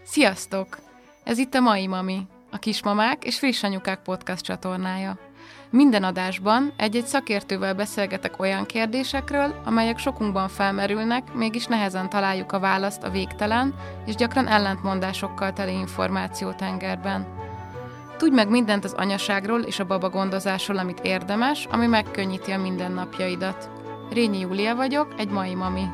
Sziasztok! Ez itt a Mai Mami, a Kismamák és Friss Anyukák podcast csatornája. Minden adásban egy-egy szakértővel beszélgetek olyan kérdésekről, amelyek sokunkban felmerülnek, mégis nehezen találjuk a választ a végtelen és gyakran ellentmondásokkal teli információtengerben. Tudj meg mindent az anyaságról és a babagondozásról, amit érdemes, ami megkönnyíti a mindennapjaidat. Rényi Júlia vagyok, egy mai mami.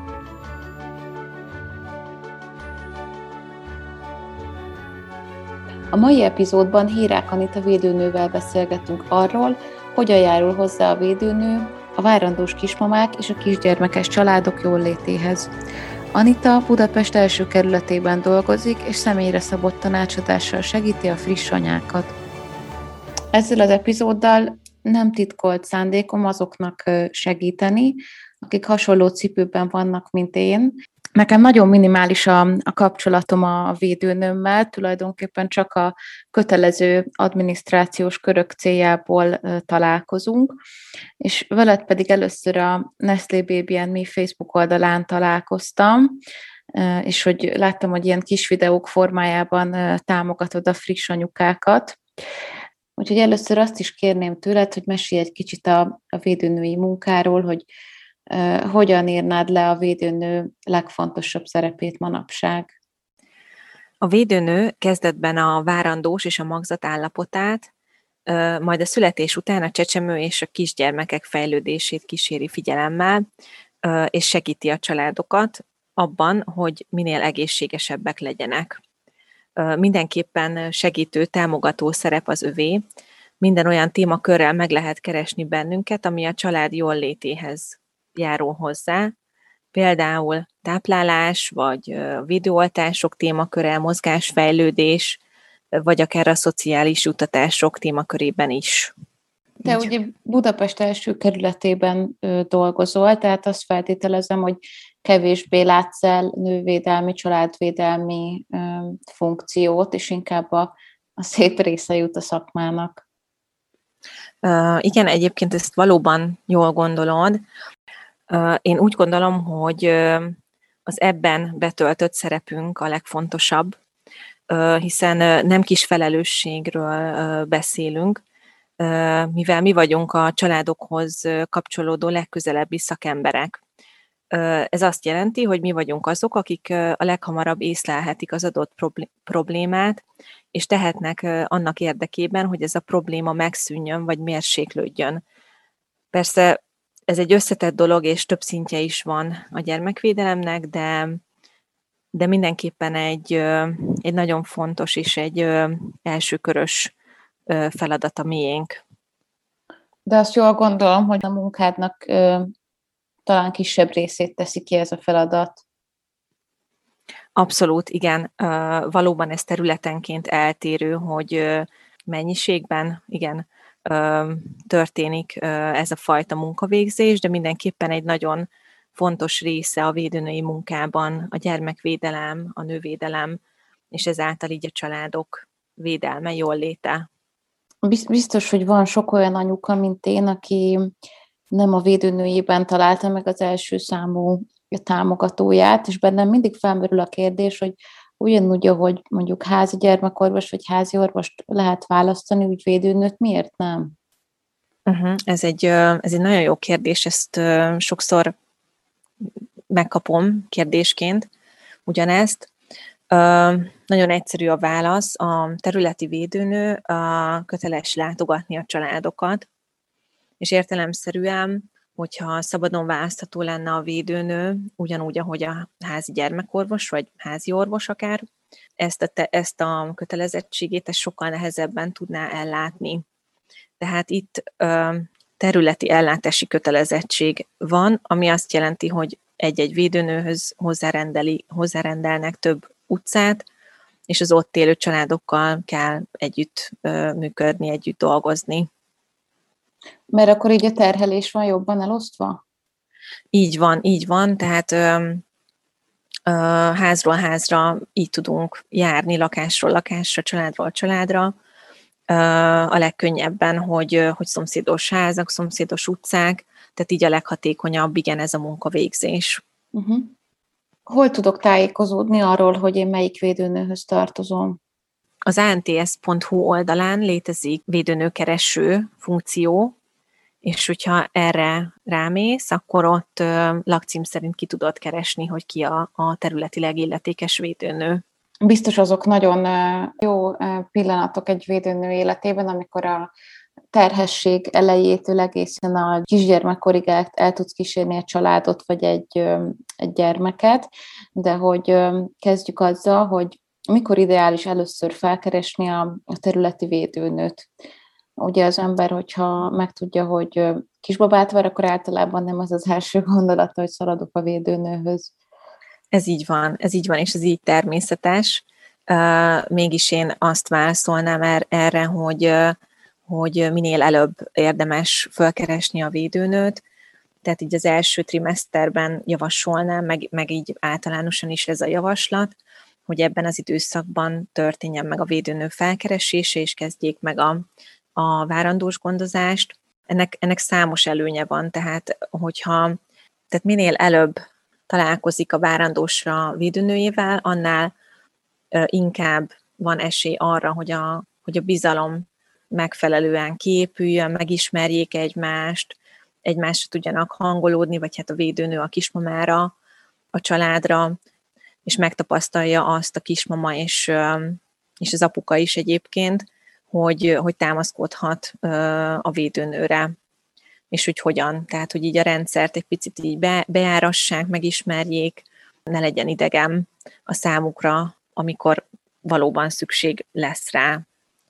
A mai epizódban Hírák Anita védőnővel beszélgetünk arról, hogyan járul hozzá a védőnő a várandós kismamák és a kisgyermekes családok jólétéhez. Anita Budapest első kerületében dolgozik, és személyre szabott tanácsadással segíti a friss anyákat. Ezzel az epizóddal nem titkolt szándékom azoknak segíteni, akik hasonló cipőben vannak, mint én. Nekem nagyon minimális a kapcsolatom a védőnőmmel, tulajdonképpen csak a kötelező adminisztrációs körök céljából találkozunk, és veled pedig először a Nestlé Baby and Me Facebook oldalán találkoztam, és hogy láttam, hogy ilyen kis videók formájában támogatod a friss anyukákat. Úgyhogy először azt is kérném tőled, hogy mesélj egy kicsit a védőnői munkáról, hogy hogyan írnád le a védőnő legfontosabb szerepét manapság? A védőnő kezdetben a várandós és a magzat állapotát, majd a születés után a csecsemő és a kisgyermekek fejlődését kíséri figyelemmel, és segíti a családokat abban, hogy minél egészségesebbek legyenek. Mindenképpen segítő, támogató szerep az övé. Minden olyan témakörrel meg lehet keresni bennünket, ami a család jólétéhez járul hozzá, például táplálás, vagy védőoltások témaköre, mozgásfejlődés, vagy akár a szociális juttatások témakörében is. Te ugye Budapest első kerületében dolgozol, tehát azt feltételezem, hogy kevésbé látsz el nővédelmi, családvédelmi funkciót, és inkább a szép része jut a szakmának. Igen, egyébként ezt valóban jól gondolod. Én úgy gondolom, hogy az ebben betöltött szerepünk a legfontosabb, hiszen nem kis felelősségről beszélünk, mivel mi vagyunk a családokhoz kapcsolódó legközelebbi szakemberek. Ez azt jelenti, hogy mi vagyunk azok, akik a leghamarabb észlelhetik az adott problémát, és tehetnek annak érdekében, hogy ez a probléma megszűnjön, vagy mérséklődjön. Persze ez egy összetett dolog, és több szintje is van a gyermekvédelemnek, de mindenképpen egy nagyon fontos és egy elsőkörös feladat a miénk. De azt jól gondolom, hogy a munkádnak talán kisebb részét teszi ki ez a feladat. Abszolút, igen. Valóban ez területenként eltérő, hogy mennyiségben, igen, történik ez a fajta munkavégzés, de mindenképpen egy nagyon fontos része a védőnői munkában a gyermekvédelem, a nővédelem, és ezáltal így a családok védelme, jóléte. Biztos, hogy van sok olyan anyuka, mint én, aki nem a védőnőjében találta meg az első számú támogatóját, és bennem mindig felmerül a kérdés, hogy ugyanúgy, ahogy mondjuk házi gyermekorvos vagy házi orvost lehet választani, úgy védőnőt miért nem? Ez egy nagyon jó kérdés, ezt sokszor megkapom kérdésként, ugyanezt. Nagyon egyszerű a válasz, a területi védőnő köteles látogatni a családokat, és értelemszerűen, hogyha szabadon választható lenne a védőnő, ugyanúgy, ahogy a házi gyermekorvos, vagy házi orvos akár, ezt a kötelezettségét ezt sokkal nehezebben tudná ellátni. Tehát itt területi ellátási kötelezettség van, ami azt jelenti, hogy egy-egy védőnőhöz hozzárendelnek több utcát, és az ott élő családokkal kell együtt működni, együtt dolgozni. Mert akkor így a terhelés van jobban elosztva? Így van, tehát házról házra így tudunk járni, lakásról lakásra, családról családra, a legkönnyebben, hogy szomszédos házak, szomszédos utcák, tehát így a leghatékonyabb, igen, ez a munkavégzés. Hol tudok tájékozódni arról, hogy én melyik védőnőhöz tartozom? Az ANTS.hu oldalán létezik védőnőkereső funkció, és hogyha erre rámész, akkor ott lakcím szerint ki tudod keresni, hogy ki a területileg illetékes védőnő. Biztos azok nagyon jó pillanatok egy védőnő életében, amikor a terhesség elejétől egészen a kisgyermekkorig el tudsz kísérni egy családot, vagy egy gyermeket, de hogy kezdjük azzal, hogy mikor ideális először felkeresni a területi védőnőt. Ugye az ember, hogyha megtudja, hogy kisbabát vár, akkor általában nem az az első gondolata, hogy szaladok a védőnőhöz. Ez így van, és ez így természetes. Mégis én azt válaszolnám erre, hogy minél előbb érdemes felkeresni a védőnőt, tehát így az első trimeszterben javasolnám, meg így általánosan is ez a javaslat, hogy ebben az időszakban történjen meg a védőnő felkeresése, és kezdjék meg a várandós gondozást. Ennek számos előnye van, tehát minél előbb találkozik a várandósra védőnőjével, annál inkább van esély arra, hogy a bizalom megfelelően kiépüljön, megismerjék egymásra tudjanak hangolódni, vagy hát a védőnő a kismamára, a családra, és megtapasztalja azt a kismama és az apuka is egyébként, hogy támaszkodhat a védőnőre, és hogy hogyan. Tehát, hogy így a rendszert egy picit így bejárassák, megismerjék, ne legyen idegen a számukra, amikor valóban szükség lesz rá.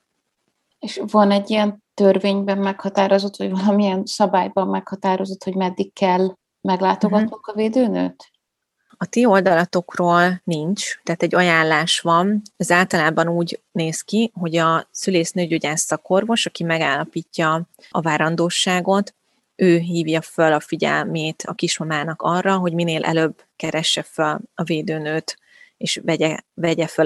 És van egy ilyen törvényben meghatározott, vagy valamilyen szabályban meghatározott, hogy meddig kell meglátogatnunk a védőnőt? A ti oldalatokról nincs, tehát egy ajánlás van. Ez általában úgy néz ki, hogy a szülésznőgyógyász szakorvos, aki megállapítja a várandóságot, ő hívja föl a figyelmét a kismamának arra, hogy minél előbb keresse fel a védőnőt, és vegye föl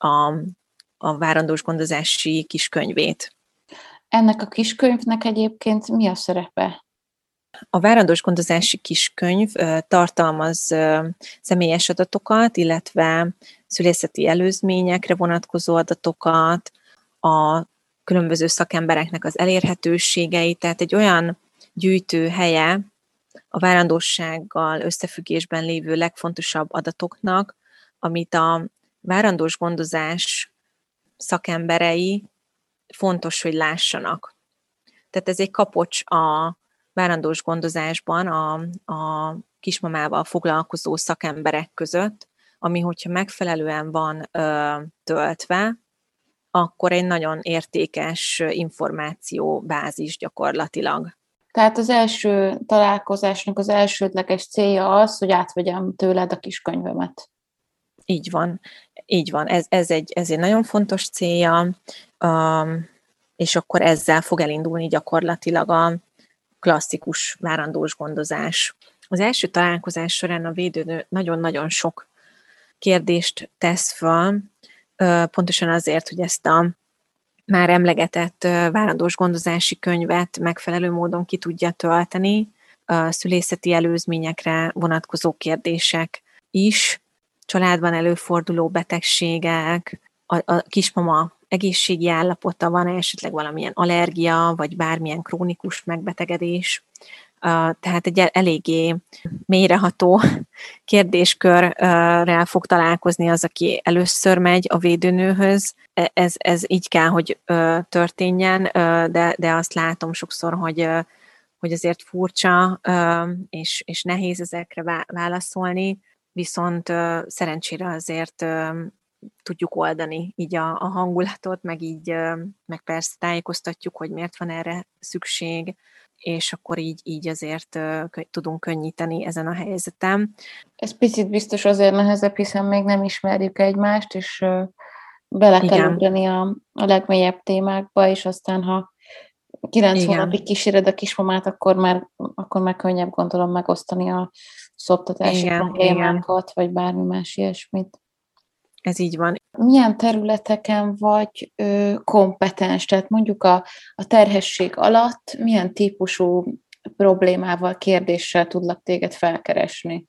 a várandós gondozási kiskönyvét. Ennek a kiskönyvnek egyébként mi a szerepe? A várandós gondozási kiskönyv tartalmaz személyes adatokat, illetve szülészeti előzményekre vonatkozó adatokat, a különböző szakembereknek az elérhetőségeit, tehát egy olyan gyűjtőhelye a várandóssággal összefüggésben lévő legfontosabb adatoknak, amit a várandós gondozás szakemberei fontos, hogy lássanak. Tehát ez egy kapocs a várandós gondozásban a kismamával foglalkozó szakemberek között, ami, hogyha megfelelően van töltve, akkor egy nagyon értékes információbázis gyakorlatilag. Tehát az első találkozásnak az elsődleges célja az, hogy átvegyem tőled a kiskönyvemet. Így van. Ez egy nagyon fontos célja, és akkor ezzel fog elindulni gyakorlatilag a klasszikus várandós gondozás. Az első találkozás során a védőnő nagyon-nagyon sok kérdést tesz föl, pontosan azért, hogy ezt a már emlegetett várandós gondozási könyvet megfelelő módon ki tudja tölteni, a szülészeti előzményekre vonatkozó kérdések is, családban előforduló betegségek, a kismama egészségi állapota, van esetleg valamilyen allergia, vagy bármilyen krónikus megbetegedés. Tehát egy eléggé mélyreható kérdéskörrel fog találkozni az, aki először megy a védőnőhöz. Ez így kell, hogy történjen, de azt látom sokszor, hogy azért furcsa, és nehéz ezekre válaszolni, viszont szerencsére azért tudjuk oldani így a hangulatot, meg persze tájékoztatjuk, hogy miért van erre szükség, és akkor így azért tudunk könnyíteni ezen a helyzeten. Ez picit biztos azért nehezebb, hiszen még nem ismerjük egymást, és bele kell ugrani a legmélyebb témákba, és aztán, ha 9 hónapig kíséred a kismamát, akkor már könnyebb, gondolom, megosztani a szoptatási problémákat, vagy bármi más ilyesmit. Ez így van. Milyen területeken vagy kompetens? Tehát mondjuk a terhesség alatt milyen típusú problémával, kérdéssel tudlak téged felkeresni?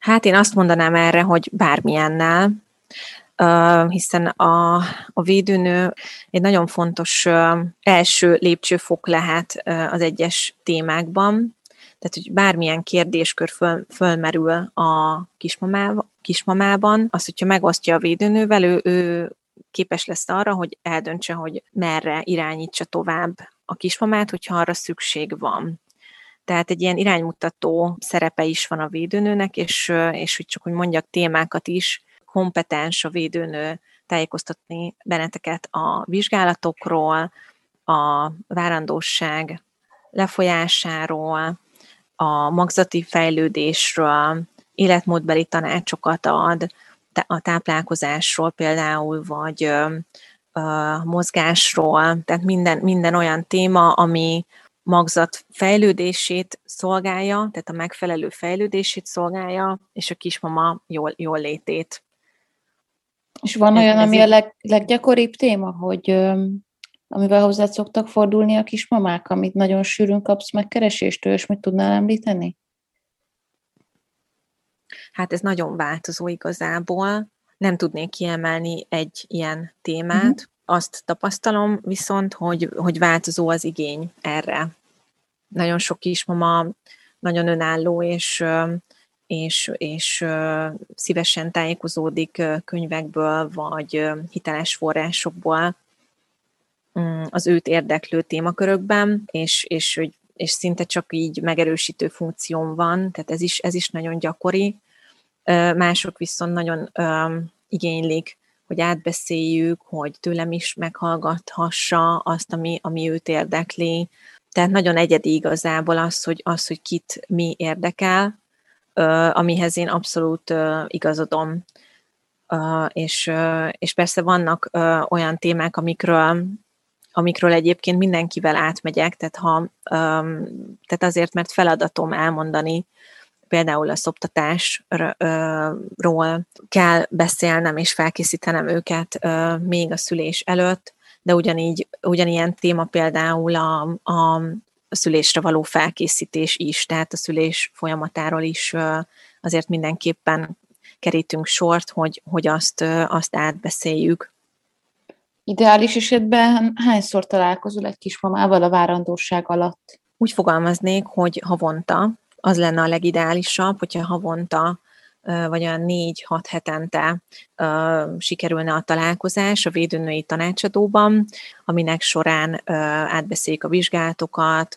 Hát én azt mondanám erre, hogy bármilyennel, hiszen a védőnő egy nagyon fontos első lépcsőfok lehet az egyes témákban, tehát hogy bármilyen kérdéskör fölmerül a kismamában, az, hogyha megosztja a védőnővel, ő képes lesz arra, hogy eldöntse, hogy merre irányítsa tovább a kismamát, hogyha arra szükség van. Tehát egy ilyen iránymutató szerepe is van a védőnőnek, és hogy csak úgy mondjak, témákat is kompetens a védőnő tájékoztatni benneteket a vizsgálatokról, a várandósság lefolyásáról, a magzati fejlődésről, életmódbeli tanácsokat ad, a táplálkozásról például, vagy a mozgásról, tehát minden olyan téma, ami magzat fejlődését szolgálja, tehát a megfelelő fejlődését szolgálja, és a kismama jól létét. És van olyan, ami a leggyakoribb téma, hogy amivel hozzád szoktak fordulni a kismamák, amit nagyon sűrűn kapsz megkereséstől, és mit tudnál említeni? Hát ez nagyon változó igazából. Nem tudnék kiemelni egy ilyen témát. Azt tapasztalom viszont, hogy változó az igény erre. Nagyon sok kismama nagyon önálló, és szívesen tájékozódik könyvekből, vagy hiteles forrásokból az őt érdeklő témakörökben, és szinte csak így megerősítő funkción van, tehát ez is nagyon gyakori. Mások viszont nagyon igénylik, hogy átbeszéljük, hogy tőlem is meghallgathassa azt, ami őt érdekli. Tehát nagyon egyedi igazából az, hogy kit mi érdekel, amihez én abszolút igazodom. És persze vannak olyan témák, amikről egyébként mindenkivel átmegyek, tehát azért, mert feladatom elmondani, például a szoptatásról kell beszélnem és felkészítenem őket még a szülés előtt, de ugyanilyen téma például a szülésre való felkészítés is, tehát a szülés folyamatáról is azért mindenképpen kerítünk sort, hogy azt átbeszéljük. Ideális esetben hányszor találkozol egy kismamával a várandóság alatt? Úgy fogalmaznék, hogy havonta, az lenne a legideálisabb, hogyha havonta vagy olyan 4-6 hetente sikerülne a találkozás a védőnői tanácsadóban, aminek során átbeszéljük a vizsgálatokat,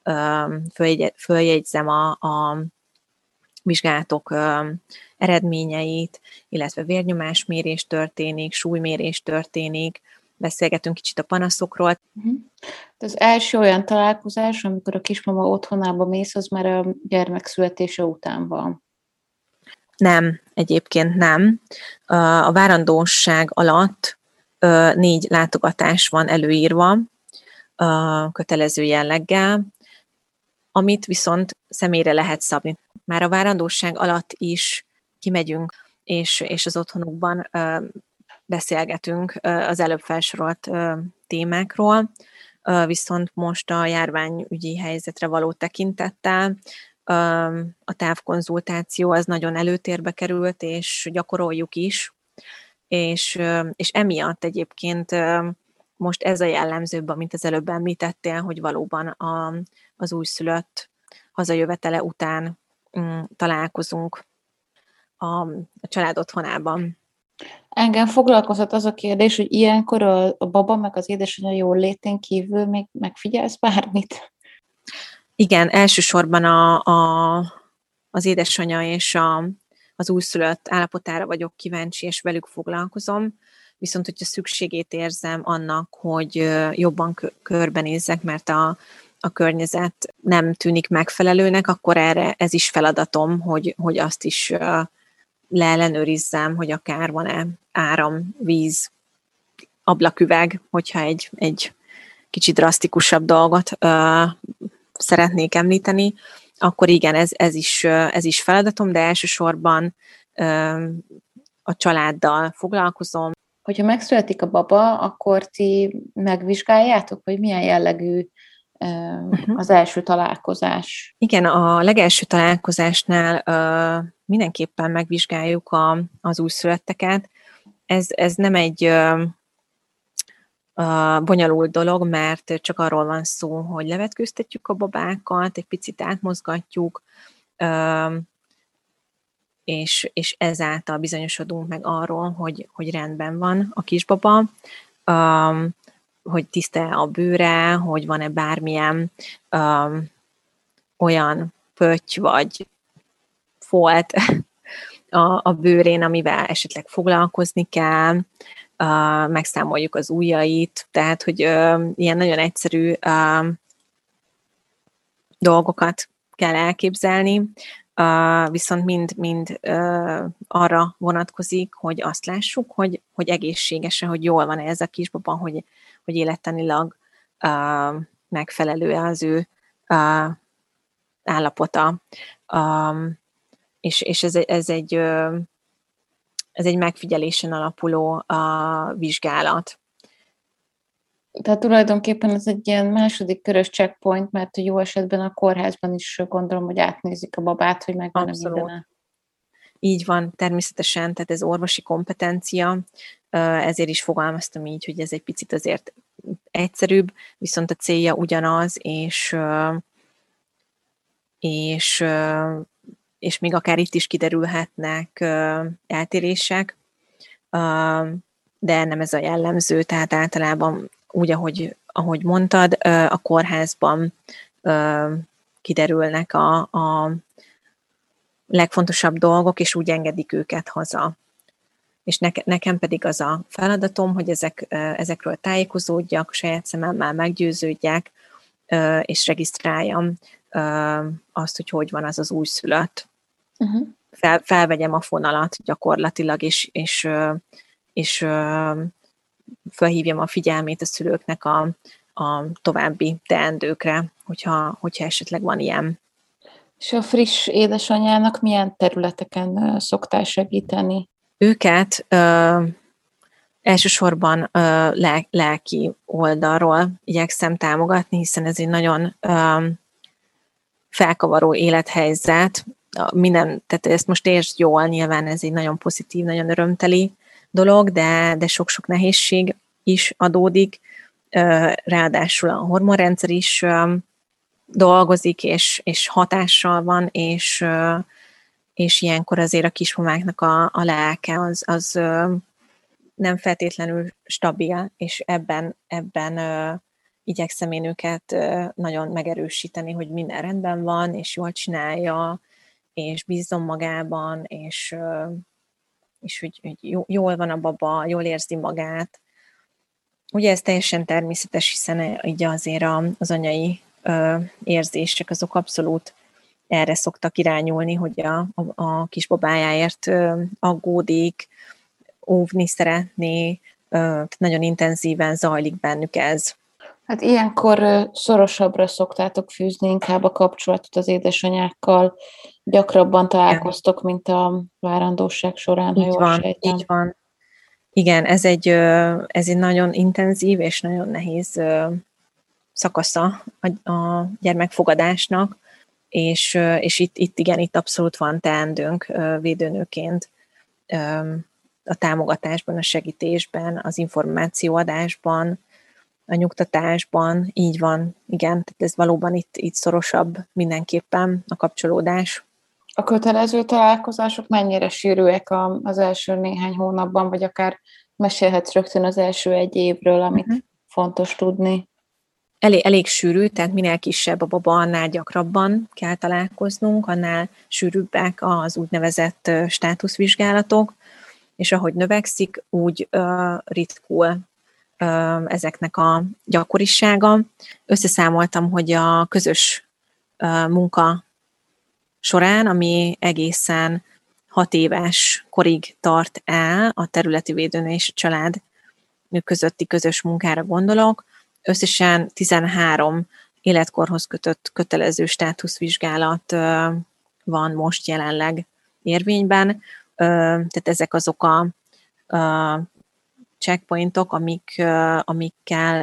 följegyzem a vizsgálatok eredményeit, illetve vérnyomásmérés történik, súlymérés történik, beszélgetünk kicsit a panaszokról. Az első olyan találkozás, amikor a kismama otthonába mész, az már a gyermek születése után van. Nem, egyébként nem. A várandóság alatt 4 látogatás van előírva kötelező jelleggel, amit viszont személyre lehet szabni. Már a várandóság alatt is kimegyünk, és az otthonukban beszélgetünk az előbb felsorolt témákról, viszont most a járványügyi helyzetre való tekintettel a távkonzultáció az nagyon előtérbe került, és gyakoroljuk is, és emiatt egyébként most ez a jellemzőbb, amit az előbb említettél, hogy valóban az újszülött hazajövetele után találkozunk a család otthonában. Engem foglalkoztat az a kérdés, hogy ilyenkor a baba meg az édesanyja jól létén kívül még megfigyelsz bármit? Igen, elsősorban az édesanyja és az újszülött állapotára vagyok kíváncsi, és velük foglalkozom, viszont hogyha szükségét érzem annak, hogy jobban körbenézzek, mert a környezet nem tűnik megfelelőnek, akkor erre ez is feladatom, hogy azt is leellenőrizzem, hogy akár van-e áram, víz, ablaküveg, hogyha egy kicsit drasztikusabb dolgot szeretnék említeni, akkor igen, ez is feladatom, de elsősorban a családdal foglalkozom. Hogyha megszületik a baba, akkor ti megvizsgáljátok, hogy milyen jellegű az első találkozás? Igen, a legelső találkozásnál mindenképpen megvizsgáljuk az újszülötteket. Ez nem egy bonyolult dolog, mert csak arról van szó, hogy levetkőztetjük a babákat, egy picit átmozgatjuk, és ezáltal bizonyosodunk meg arról, hogy rendben van a kisbaba, hogy tiszta a bőre, hogy van-e bármilyen olyan pötty vagy folt a bőrén, amivel esetleg foglalkozni kell, megszámoljuk az ujjait, tehát, hogy ilyen nagyon egyszerű dolgokat kell elképzelni, viszont mind arra vonatkozik, hogy azt lássuk, hogy egészséges-e, hogy jól van ez a kisbaba, hogy élettanilag megfelelő az ő állapota. És ez egy megfigyelésen alapuló vizsgálat. Tehát tulajdonképpen ez egy ilyen második körös checkpoint, mert jó esetben a kórházban is gondolom, hogy átnézik a babát, hogy megvan-e mindene. Így van, természetesen, tehát ez orvosi kompetencia, ezért is fogalmaztam így, hogy ez egy picit azért egyszerűbb, viszont a célja ugyanaz, és még akár itt is kiderülhetnek eltérések, de nem ez a jellemző, tehát általában úgy, ahogy mondtad, a kórházban kiderülnek a legfontosabb dolgok, és úgy engedik őket haza. És nekem pedig az a feladatom, hogy ezekről tájékozódjak, saját szememmel meggyőződjek, és regisztráljam azt, hogy van az újszülött. Uh-huh. Felvegyem a fonalat gyakorlatilag, és felhívjam a figyelmét a szülőknek a további teendőkre, hogyha esetleg van ilyen. És a friss édesanyjának milyen területeken szoktál segíteni? Őket elsősorban lelki oldalról igyekszem támogatni, hiszen ez egy nagyon felkavaró élethelyzet. Tehát ezt most értsd jól, nyilván ez egy nagyon pozitív, nagyon örömteli dolog, de sok-sok nehézség is adódik. Ráadásul a hormonrendszer is dolgozik, és hatással van, és ilyenkor azért a kismamáknak a lelke az nem feltétlenül stabil, és ebben igyekszem én őket nagyon megerősíteni, hogy minden rendben van, és jól csinálja, és bízzon magában, és hogy jól van a baba, jól érzi magát. Ugye ez teljesen természetes, hiszen így azért az anyai érzések azok abszolút erre szoktak irányulni, hogy a kisbabájáért aggódik, óvni szeretné, nagyon intenzíven zajlik bennük ez. Hát ilyenkor szorosabbra szoktátok fűzni inkább a kapcsolatot az édesanyákkal, gyakrabban találkoztok, mint a várandóság során, ha jól sejtem. Így van. Igen, ez egy nagyon intenzív és nagyon nehéz szakasza a gyermekfogadásnak, és itt abszolút van teendőnk védőnőként a támogatásban, a segítésben, az információadásban, a nyugtatásban, így van, igen, tehát ez valóban itt szorosabb mindenképpen a kapcsolódás. A kötelező találkozások mennyire sűrűek az első néhány hónapban, vagy akár mesélhetsz rögtön az első egy évről, amit fontos tudni? Elég sűrű, tehát minél kisebb a baba, annál gyakrabban kell találkoznunk, annál sűrűbbek az úgynevezett státuszvizsgálatok, és ahogy növekszik, úgy ritkul ezeknek a gyakorisága. Összeszámoltam, hogy a közös munka során, ami egészen 6 éves korig tart el, a területi védőnő és a család közötti közös munkára gondolok, összesen 13 életkorhoz kötött kötelező státuszvizsgálat van most jelenleg érvényben, tehát ezek azok a checkpointok,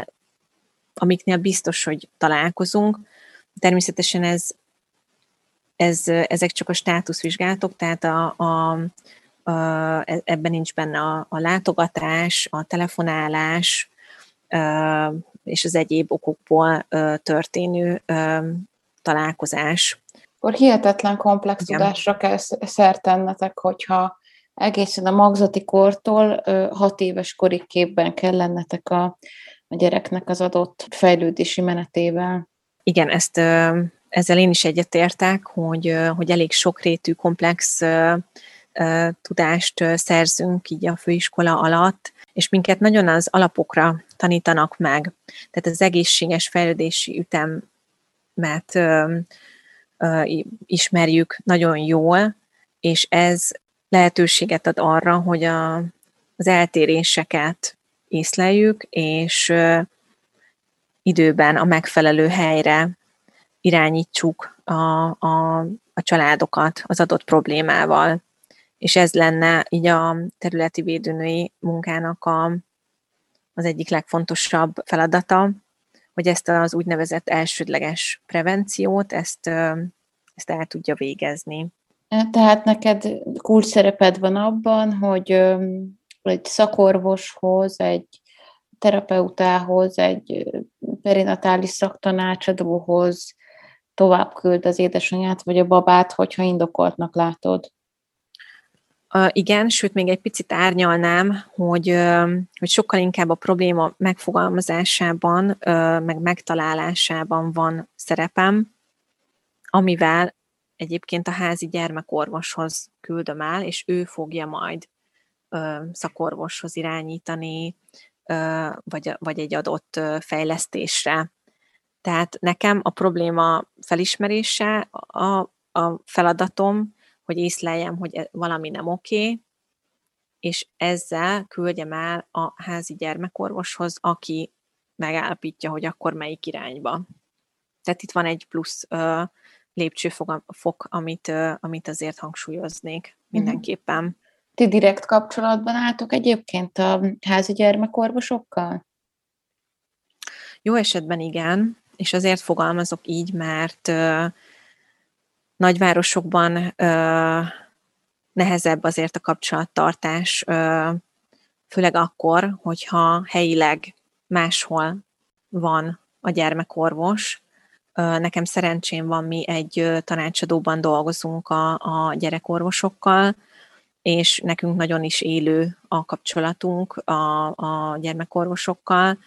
amiknél biztos, hogy találkozunk. Természetesen ezek csak a státuszvizsgálatok, tehát ebben nincs benne a látogatás, a telefonálás, és az egyéb okokból történő találkozás. Akkor hihetetlen komplex tudásra kell szert tennetek, hogyha egészen a magzati kortól 6 éves korig képben kell lennetek a gyereknek az adott fejlődési menetével. Igen, ezzel én is egyetértek, hogy elég sokrétű, komplex tudást szerzünk így a főiskola alatt, és minket nagyon az alapokra tanítanak meg. Tehát az egészséges fejlődési ütemet ismerjük nagyon jól, és ez lehetőséget ad arra, hogy az eltéréseket észleljük, és időben a megfelelő helyre irányítsuk a családokat az adott problémával. És ez lenne így a területi védőnői munkának az egyik legfontosabb feladata, hogy ezt az úgynevezett elsődleges prevenciót, ezt el tudja végezni. Tehát neked kulcs szereped van abban, hogy egy szakorvoshoz, egy terapeutához, egy perinatális szaktanácsadóhoz tovább küld az édesanyát vagy a babát, hogyha indokoltnak látod. Igen, sőt, még egy picit árnyalnám, hogy sokkal inkább a probléma megfogalmazásában, meg megtalálásában van szerepem, amivel egyébként a házi gyermekorvoshoz küldöm el, és ő fogja majd szakorvoshoz irányítani, vagy egy adott fejlesztésre. Tehát nekem a probléma felismerése a feladatom, hogy észleljem, hogy valami nem oké, és ezzel küldjem el a házi gyermekorvoshoz, aki megállapítja, hogy akkor melyik irányba. Tehát itt van egy plusz lépcsőfok, amit azért hangsúlyoznék mindenképpen. Ti direkt kapcsolatban álltok egyébként a házi gyermekorvosokkal? Jó esetben igen, és azért fogalmazok így, mert nagyvárosokban nehezebb azért a kapcsolattartás, főleg akkor, hogyha helyileg máshol van a gyermekorvos. Nekem szerencsém van, mi egy tanácsadóban dolgozunk a gyerekorvosokkal, és nekünk nagyon is élő a kapcsolatunk a gyermekorvosokkal.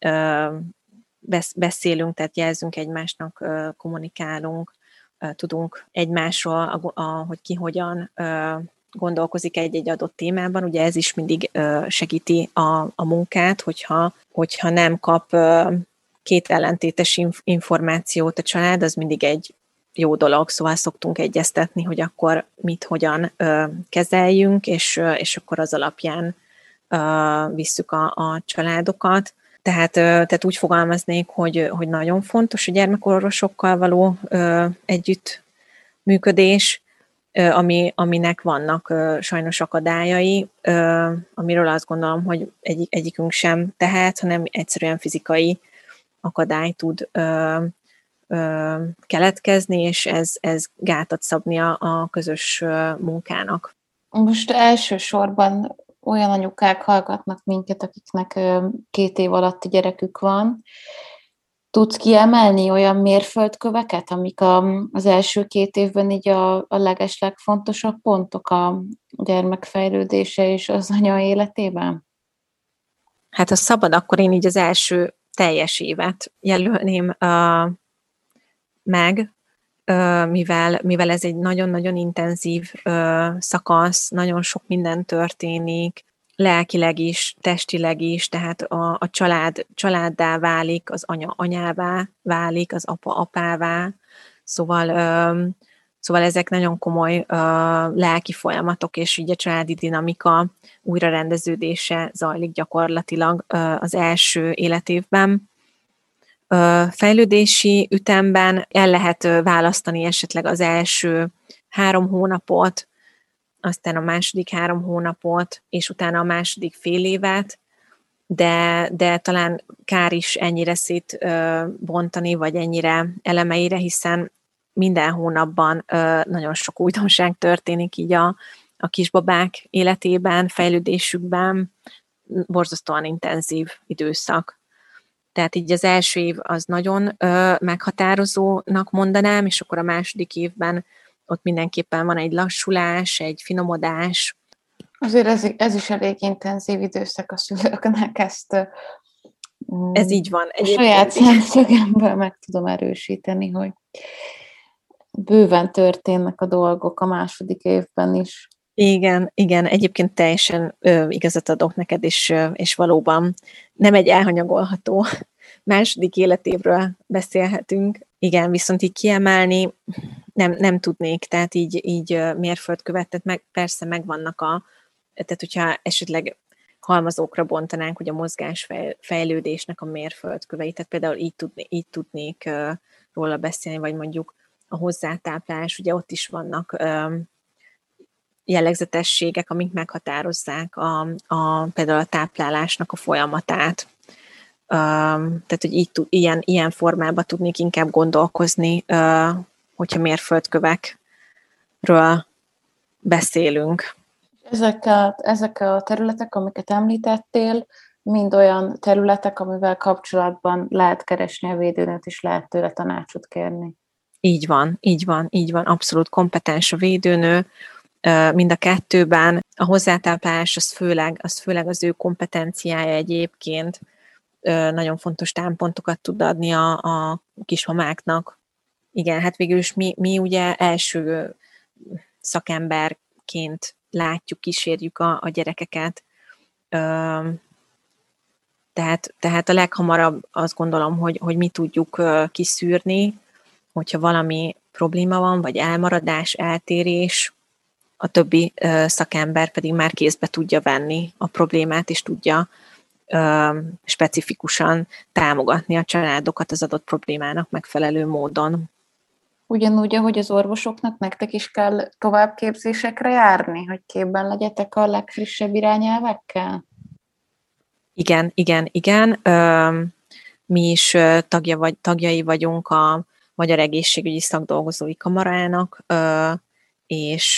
Beszélünk, tehát jelzünk egymásnak, kommunikálunk, tudunk egymásról, hogy ki hogyan gondolkozik egy adott témában. Ugye ez is mindig segíti a munkát, hogyha nem kap két ellentétes információt a család, az mindig egy jó dolog, szóval szoktunk egyeztetni, hogy akkor mit, hogyan kezeljünk, és akkor az alapján visszük a családokat. Tehát úgy fogalmaznék, hogy nagyon fontos a gyermekorvosokkal való együttműködés, aminek vannak sajnos akadályai, amiről azt gondolom, hogy egyikünk sem tehet, hanem egyszerűen fizikai akadály tud keletkezni, és ez gátat szabni a közös munkának. Most elsősorban olyan anyukák hallgatnak minket, akiknek 2 év alatti gyerekük van. Tudsz kiemelni olyan mérföldköveket, amik az első 2 évben így a legeslegfontosabb pontok a gyermek fejlődése és az anya életében? Hát ha szabad, akkor én így az első teljes évet jelölném meg, mivel ez egy nagyon-nagyon intenzív szakasz, nagyon sok minden történik, lelkileg is, testileg is, tehát a család családdá válik, az anya anyává válik, az apa apává, szóval ezek nagyon komoly lelki folyamatok, és így a családi dinamika újrarendeződése zajlik gyakorlatilag az első életévben. Fejlődési ütemben el lehet választani esetleg az első 3 hónapot, aztán a második 3 hónapot, és utána a második fél évet, de talán kár is ennyire szétbontani, vagy ennyire elemeire, hiszen minden hónapban nagyon sok újdonság történik így a kisbabák életében, fejlődésükben, borzasztóan intenzív időszak. Tehát így az első év az nagyon meghatározónak mondanám, és akkor a második évben ott mindenképpen van egy lassulás, egy finomodás. Azért ez is elég intenzív időszak a szülőknek, ezt ez így van. Saját szemszögemből meg tudom erősíteni, hogy bőven történnek a dolgok a második évben is. Igen, egyébként teljesen igazat adok neked, és valóban nem egy elhanyagolható második életévről beszélhetünk. Igen, viszont így kiemelni nem tudnék, tehát így mérföldkövet, persze megvannak tehát hogyha esetleg halmazókra bontanánk, hogy a mozgásfejlődésnek a mérföldkövei, tehát például így tudnék róla beszélni, vagy mondjuk a hozzátáplálás, ugye ott is vannak jellegzetességek, amik meghatározzák például a táplálásnak a folyamatát. Tehát, hogy ilyen formában tudnék inkább gondolkozni, hogyha mérföldkövekről beszélünk. Ezek a területek, amiket említettél, mind olyan területek, amivel kapcsolatban lehet keresni a védőnőt, és lehet tőle tanácsot kérni. Így van, abszolút kompetens a védőnő, mind a kettőben. A hozzátáplálás az főleg az ő kompetenciája egyébként. Nagyon fontos támpontokat tud adni a kismamáknak. Igen, hát végül is mi ugye első szakemberként látjuk, kísérjük a gyerekeket. Tehát a leghamarabb azt gondolom, hogy mi tudjuk kiszűrni, hogyha valami probléma van, vagy elmaradás, eltérés, a többi szakember pedig már kézbe tudja venni a problémát, és tudja specifikusan támogatni a családokat az adott problémának megfelelő módon. Ugyanúgy, ahogy az orvosoknak, nektek is kell továbbképzésekre járni, hogy képben legyetek a legfrissebb irányelvekkel? Igen. Mi is tagjai vagyunk a Magyar Egészségügyi Szakdolgozói Kamarának, és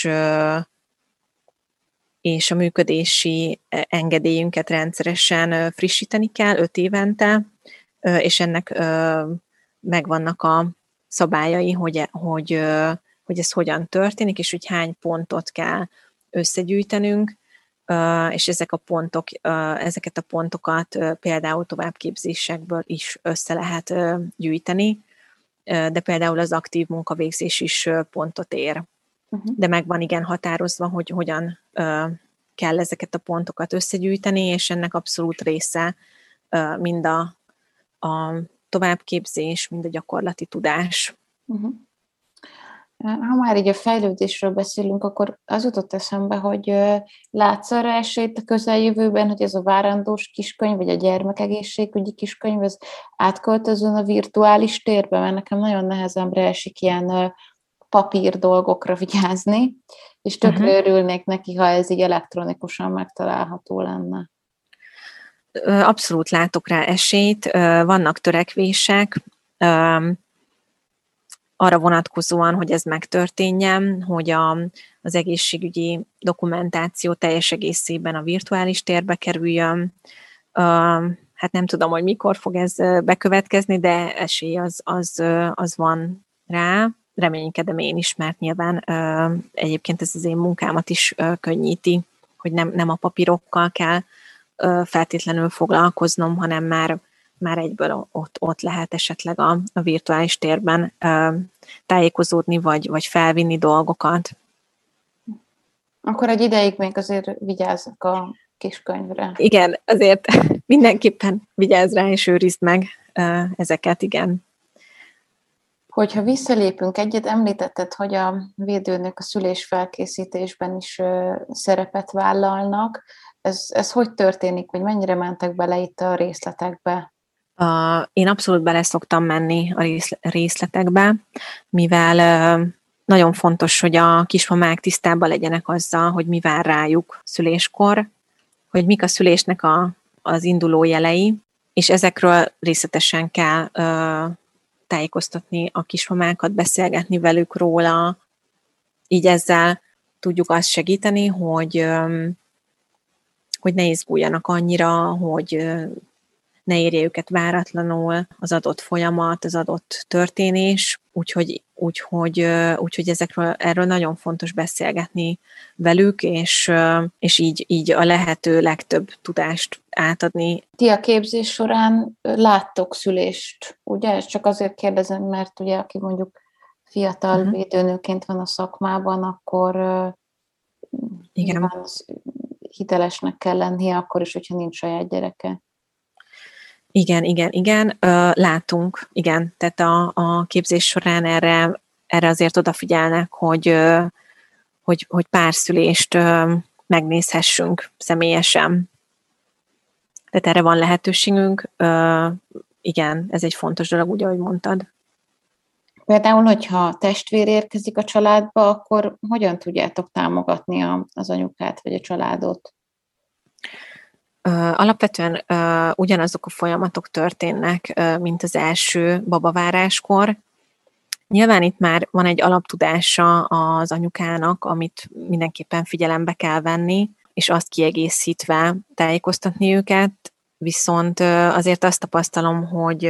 a működési engedélyünket rendszeresen frissíteni kell 5 évente, és ennek megvannak a szabályai, hogy ez hogyan történik, és hogy hány pontot kell összegyűjtenünk, és ezeket a pontokat például továbbképzésekből is össze lehet gyűjteni, de például az aktív munkavégzés is pontot ér. De meg van igen határozva, hogy hogyan kell ezeket a pontokat összegyűjteni, és ennek abszolút része mind a továbbképzés, mind a gyakorlati tudás. Ha már így a fejlődésről beszélünk, akkor az jutott eszembe, hogy látsz arra esélyt a közeljövőben, hogy ez a várandós kiskönyv, vagy a gyermekegészségügyi kiskönyv, ez átköltözön a virtuális térbe, mert nekem nagyon nehezemre esik ilyen papír dolgokra vigyázni, és tökre örülnék neki, ha ez így elektronikusan megtalálható lenne. Abszolút látok rá esélyt, vannak törekvések, arra vonatkozóan, hogy ez megtörténjen, hogy az egészségügyi dokumentáció teljes egészében a virtuális térbe kerüljön. Hát nem tudom, hogy mikor fog ez bekövetkezni, de esély az van rá. Reménykedem én is, mert nyilván egyébként ez az én munkámat is könnyíti, hogy nem a papírokkal kell feltétlenül foglalkoznom, hanem már egyből ott lehet esetleg a virtuális térben tájékozódni, vagy felvinni dolgokat. Akkor egy ideig még azért vigyázzak a kiskönyvre. Igen, azért mindenképpen vigyázz rá, és őrizd meg ezeket, igen. Hogyha visszalépünk egyet, említetted, hogy a védőnők a szülésfelkészítésben is szerepet vállalnak. Ez hogy történik, vagy mennyire mentek bele itt a részletekbe? Én abszolút bele szoktam menni a részletekbe, mivel nagyon fontos, hogy a kismamák tisztában legyenek azzal, hogy mi vár rájuk szüléskor, hogy mik a szülésnek az induló jelei, és ezekről részletesen kell tájékoztatni a kismamákat, beszélgetni velük róla. Így ezzel tudjuk azt segíteni, hogy ne izguljanak annyira, hogy ne érje őket váratlanul az adott folyamat, az adott történés, úgyhogy erről nagyon fontos beszélgetni velük, és így a lehető legtöbb tudást átadni. Ti a képzés során láttok szülést, ugye? Ezt csak azért kérdezem, mert ugye aki mondjuk fiatal védőnőként van a szakmában, akkor igen, hitelesnek kell lennie akkor is, hogyha nincs saját gyereke. Igen. Látunk, igen. Tehát a képzés során erre azért odafigyelnek, hogy párszülést megnézhessünk személyesen. Tehát erre van lehetőségünk. Igen, ez egy fontos dolog, úgy, ahogy mondtad. Például, hogyha testvér érkezik a családba, akkor hogyan tudjátok támogatni az anyukát vagy a családot? Alapvetően ugyanazok a folyamatok történnek, mint az első babaváráskor. Nyilván itt már van egy alaptudása az anyukának, amit mindenképpen figyelembe kell venni, és azt kiegészítve tájékoztatni őket, viszont azért azt tapasztalom, hogy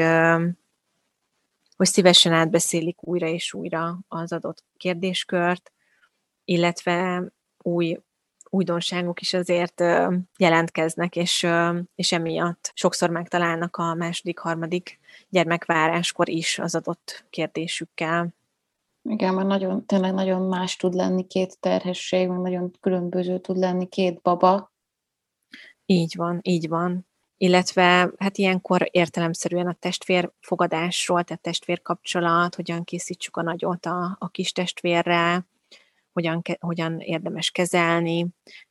szívesen átbeszélik újra és újra az adott kérdéskört, illetve újdonságok is azért jelentkeznek, és emiatt sokszor megtalálnak a második, harmadik gyermekváráskor is az adott kérdésükkel. Igen, mert tényleg nagyon más tud lenni két terhesség, meg nagyon különböző tud lenni két baba. Így van. Illetve hát ilyenkor értelemszerűen a testvérfogadásról, tehát testvérkapcsolat, hogyan készítsük a nagyot a kis testvérre, hogyan érdemes kezelni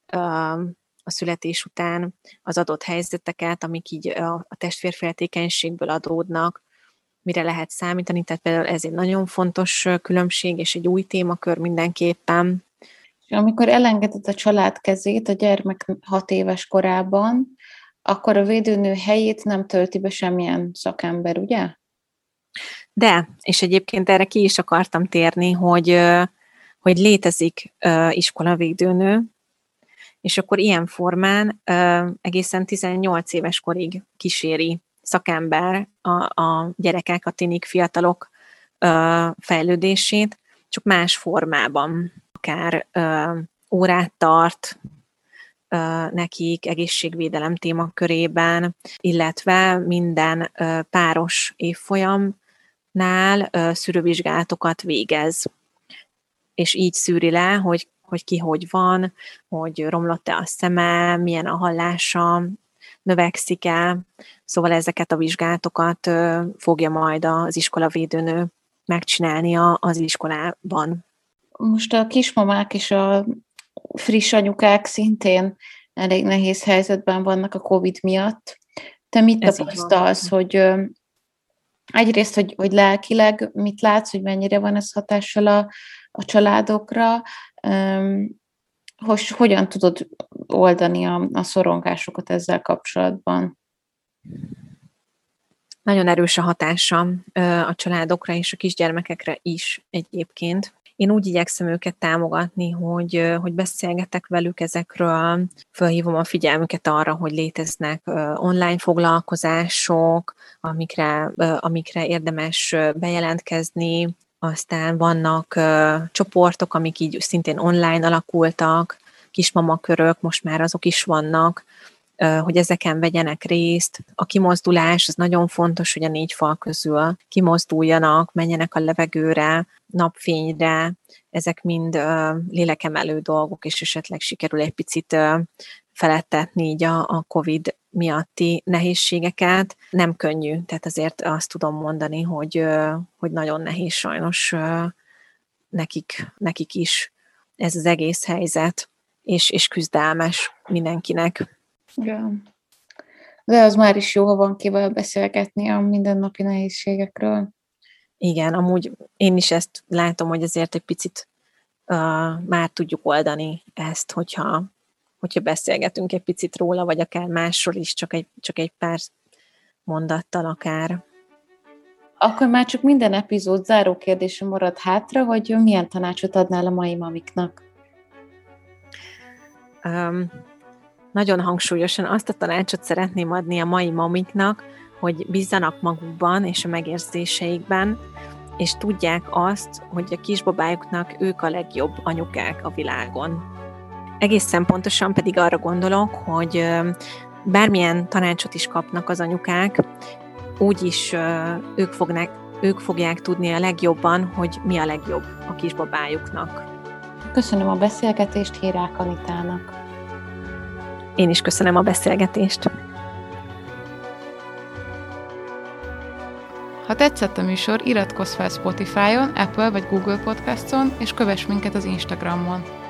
a születés után az adott helyzeteket, amik így a testvérféltékenységből adódnak, mire lehet számítani. Tehát például ez egy nagyon fontos különbség, és egy új témakör mindenképpen. Amikor elengedett a család kezét a gyermek 6 éves korában, akkor a védőnő helyét nem tölti be semmilyen szakember, ugye? De, és egyébként erre ki is akartam térni, hogy létezik iskolavédőnő, és akkor ilyen formán egészen 18 éves korig kíséri szakember a gyerekek, a tinik, fiatalok fejlődését, csak más formában, akár órát tart nekik egészségvédelem témakörében, illetve minden páros évfolyamnál szűrővizsgálatokat végez. És így szűri le, hogy ki hogy van, hogy romlott-e a szeme, milyen a hallása, növekszik-e. Szóval ezeket a vizsgálatokat fogja majd az iskolavédőnő megcsinálni az iskolában. Most a kismamák és a friss anyukák szintén elég nehéz helyzetben vannak a COVID miatt. Te mit tapasztalsz, hogy egyrészt, hogy lelkileg mit látsz, hogy mennyire van ez hatással a családokra, hogyan tudod oldani a szorongásokat ezzel kapcsolatban? Nagyon erős a hatása a családokra és a kisgyermekekre is egyébként. Én úgy igyekszem őket támogatni, hogy beszélgetek velük ezekről, felhívom a figyelmüket arra, hogy léteznek online foglalkozások, amikre érdemes bejelentkezni, aztán vannak csoportok, amik így szintén online alakultak, kismamakörök, most már azok is vannak, hogy ezeken vegyenek részt. A kimozdulás, az nagyon fontos, hogy a 4 fal közül kimozduljanak, menjenek a levegőre, napfényre, ezek mind lélekemelő dolgok, és esetleg sikerül egy picit felettetni így a COVID miatti nehézségeket. Nem könnyű, tehát azért azt tudom mondani, hogy nagyon nehéz sajnos nekik is ez az egész helyzet, és küzdelmes mindenkinek. Ja. De az már is jó, ha van kivel beszélgetni a mindennapi nehézségekről. Igen, amúgy én is ezt látom, hogy azért egy picit már tudjuk oldani ezt, hogyha beszélgetünk egy picit róla, vagy akár másról is, csak egy pár mondattal akár. Akkor már csak minden epizód záró kérdése marad hátra, hogy milyen tanácsot adnál a mai mamiknak? Nagyon hangsúlyosan azt a tanácsot szeretném adni a mai mamiknak, hogy bízzanak magukban és a megérzéseikben, és tudják azt, hogy a kisbabájuknak ők a legjobb anyukák a világon. Egészen pontosan pedig arra gondolok, hogy bármilyen tanácsot is kapnak az anyukák, úgyis ők fogják tudni a legjobban, hogy mi a legjobb a kisbabájuknak. Köszönöm a beszélgetést Hírák Anitának. Én is köszönöm a beszélgetést. Ha tetszett a műsor, iratkozz fel Spotify-on, Apple vagy Google Podcaston, és kövess minket az Instagramon.